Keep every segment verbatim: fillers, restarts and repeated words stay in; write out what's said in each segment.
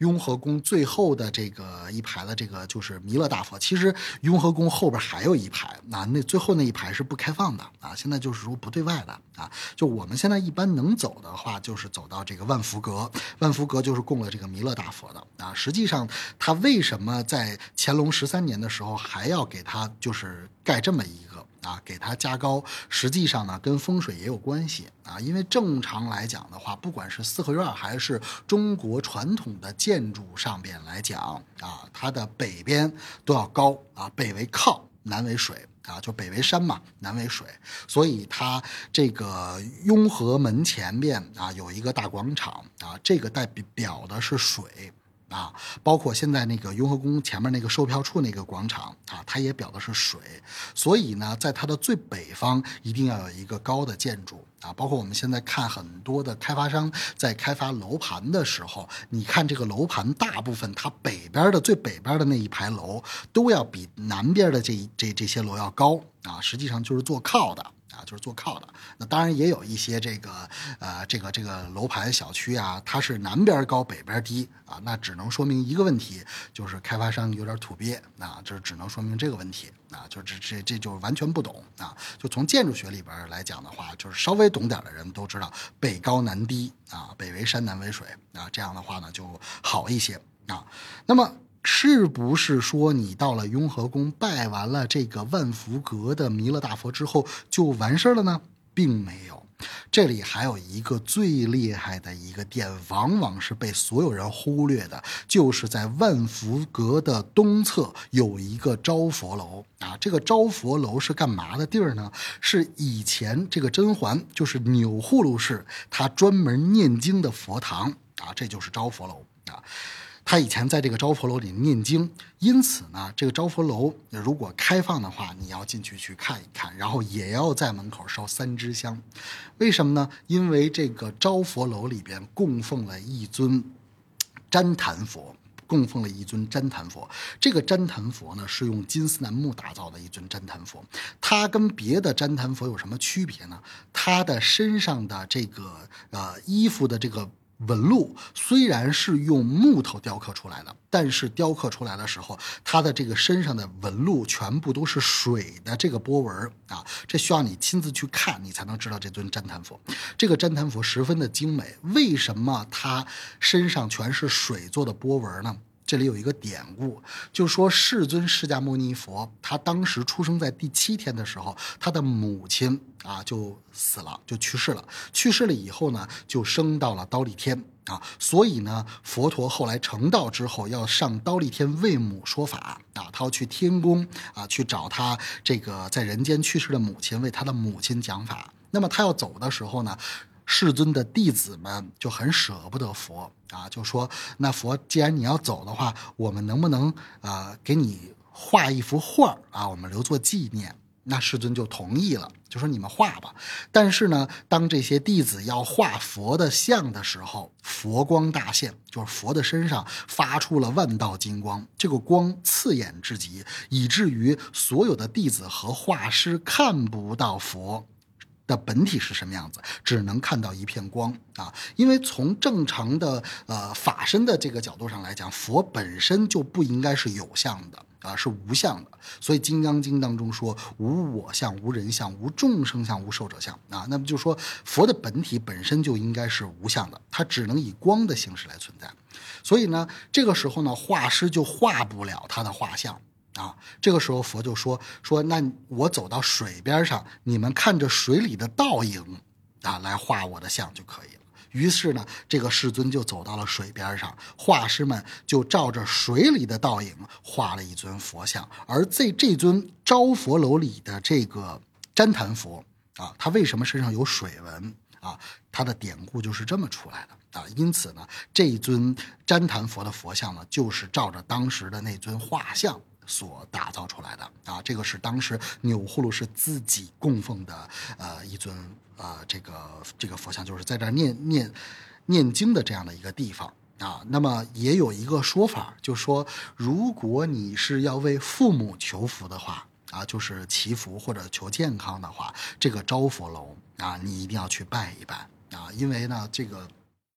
雍和宫最后的这个一排的这个就是弥勒大佛，其实雍和宫后边还有一排啊，那最后那一排是不开放的啊，现在就是说不对外的啊。就我们现在一般能走的话，就是走到这个万福阁，万福阁就是供了这个弥勒大佛的啊。实际上，他为什么在乾隆十三年的时候还要给他就是盖这么一个？啊，给它加高，实际上呢跟风水也有关系啊，因为正常来讲的话，不管是四合院还是中国传统的建筑上边来讲啊，它的北边都要高啊，北为靠，南为水啊，就北为山嘛，南为水，所以它这个雍和门前边啊有一个大广场啊，这个代表的是水。啊，包括现在那个雍和宫前面那个售票处那个广场啊，它也表的是水，所以呢，在它的最北方一定要有一个高的建筑啊。包括我们现在看很多的开发商在开发楼盘的时候，你看这个楼盘大部分它北边的最北边的那一排楼都要比南边的这这这些楼要高啊，实际上就是做靠的。啊，就是做靠的。那当然也有一些这个呃这个这个楼盘小区啊，它是南边高北边低啊，那只能说明一个问题，就是开发商有点土鳖啊，这只能说明这个问题啊，就这这这就完全不懂啊。就从建筑学里边来讲的话，就是稍微懂点的人都知道北高南低啊，北为山南为水啊，这样的话呢就好一些啊。那么是不是说你到了雍和宫拜完了这个万福阁的弥勒大佛之后就完事了呢？并没有，这里还有一个最厉害的一个点，往往是被所有人忽略的，就是在万福阁的东侧有一个招佛楼啊。这个招佛楼是干嘛的地儿呢？是以前这个甄嬛就是钮祜禄氏她专门念经的佛堂啊，这就是招佛楼啊。他以前在这个招佛楼里念经，因此呢，这个招佛楼如果开放的话，你要进去去看一看，然后也要在门口烧三支香。为什么呢？因为这个招佛楼里边供奉了一尊旃檀佛。供奉了一尊旃檀佛，这个旃檀佛呢是用金丝楠木打造的一尊旃檀佛，它跟别的旃檀佛有什么区别呢？它的身上的这个呃衣服的这个纹路虽然是用木头雕刻出来的，但是雕刻出来的时候，它的这个身上的纹路全部都是水的这个波纹啊，这需要你亲自去看，你才能知道这尊旃檀佛。这个旃檀佛十分的精美，为什么它身上全是水做的波纹呢？这里有一个典故，就说世尊释迦牟尼佛，他当时出生在第七天的时候，他的母亲啊就死了，就去世了。去世了以后呢，就升到了忉利天啊。所以呢，佛陀后来成道之后，要上忉利天为母说法啊，他要去天宫啊，去找他这个在人间去世的母亲，为他的母亲讲法。那么他要走的时候呢，世尊的弟子们就很舍不得佛啊，就说那佛既然你要走的话，我们能不能呃给你画一幅画啊，我们留作纪念。那世尊就同意了，就说你们画吧。但是呢，当这些弟子要画佛的像的时候，佛光大现，就是佛的身上发出了万道金光，这个光刺眼至极，以至于所有的弟子和画师看不到佛的本体是什么样子，只能看到一片光啊！因为从正常的呃法身的这个角度上来讲，佛本身就不应该是有相的啊，是无相的。所以《金刚经》当中说无我相、无人相、无众生相、无寿者相啊，那么就说佛的本体本身就应该是无相的，它只能以光的形式来存在。所以呢，这个时候呢，画师就画不了他的画像。啊，这个时候佛就说说，那我走到水边上，你们看着水里的倒影啊，来画我的像就可以了。于是呢，这个世尊就走到了水边上，画师们就照着水里的倒影画了一尊佛像。而在这尊招佛楼里的这个旃檀佛啊，它为什么身上有水纹啊？它的典故就是这么出来的啊。因此呢，这尊旃檀佛的佛像呢，就是照着当时的那尊画像所打造出来的啊，这个是当时钮祜禄氏自己供奉的呃一尊呃这个这个佛像，就是在这儿念念念经的这样的一个地方啊。那么也有一个说法，就说如果你是要为父母求福的话啊，就是祈福或者求健康的话，这个招佛楼啊，你一定要去拜一拜啊，因为呢这个。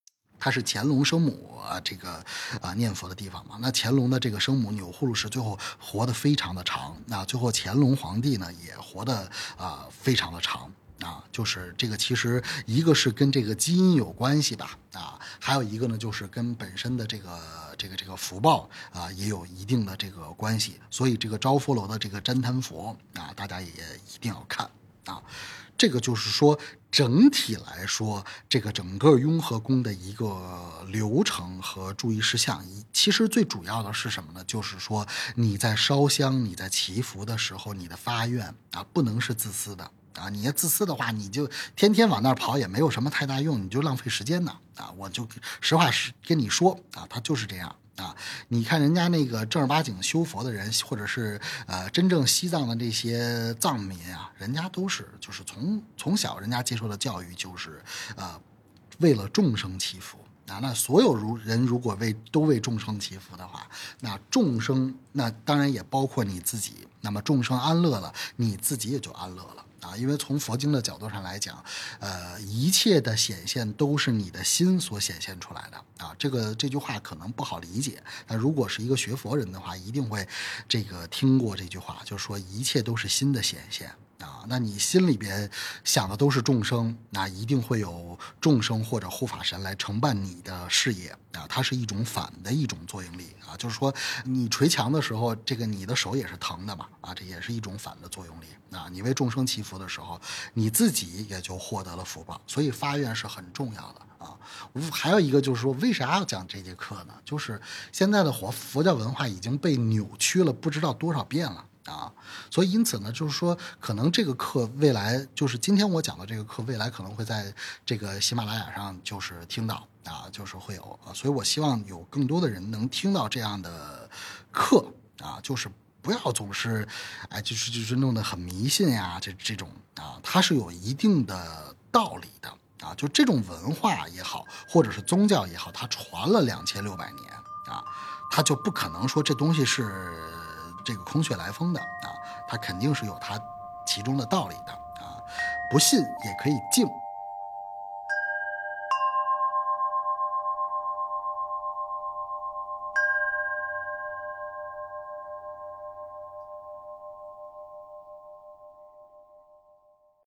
它是乾隆生母啊这个啊念佛的地方嘛。那乾隆的这个生母钮祜禄氏最后活得非常的长，那最后乾隆皇帝呢也活得啊非常的长。啊，就是这个，其实一个是跟这个基因有关系吧，啊，还有一个呢，就是跟本身的这个这个这个福报啊也有一定的这个关系。所以这个招佛楼的这个旃檀佛啊，大家也一定要看啊。这个就是说，整体来说，这个整个雍和宫的一个流程和注意事项，其实最主要的是什么呢？就是说你在烧香、你在祈福的时候，你的发愿啊，不能是自私的。啊，你要自私的话，你就天天往那儿跑也没有什么太大用，你就浪费时间呢。啊，我就实话实跟你说啊，他就是这样啊。你看人家那个正儿八经修佛的人，或者是呃真正西藏的这些藏民啊，人家都是就是从从小人家接受的教育就是呃为了众生祈福。啊，那所有如人如果为都为众生祈福的话，那众生那当然也包括你自己。那么众生安乐了，你自己也就安乐了啊。因为从佛经的角度上来讲，呃，一切的显现都是你的心所显现出来的啊。这个这句话可能不好理解，但如果是一个学佛人的话，一定会这个听过这句话，就是说一切都是心的显现。啊，那你心里边想的都是众生，那一定会有众生或者护法神来承办你的事业啊，它是一种反的一种作用力啊，就是说你捶墙的时候，这个你的手也是疼的嘛，啊，这也是一种反的作用力啊。你为众生祈福的时候，你自己也就获得了福报，所以发愿是很重要的啊。还有一个就是说，为啥要讲这节课呢？就是现在的佛佛教文化已经被扭曲了不知道多少遍了。啊，所以因此呢，就是说，可能这个课未来，就是今天我讲的这个课，未来可能会在这个喜马拉雅上就是听到啊，就是会有啊，所以我希望有更多的人能听到这样的课啊，就是不要总是哎，就是就是弄得很迷信呀，这这种啊，它是有一定的道理的啊，就这种文化也好，或者是宗教也好，它传了两千六百年啊，它就不可能说这东西是这个空穴来风的啊，它肯定是有它其中的道理的啊，不信也可以敬。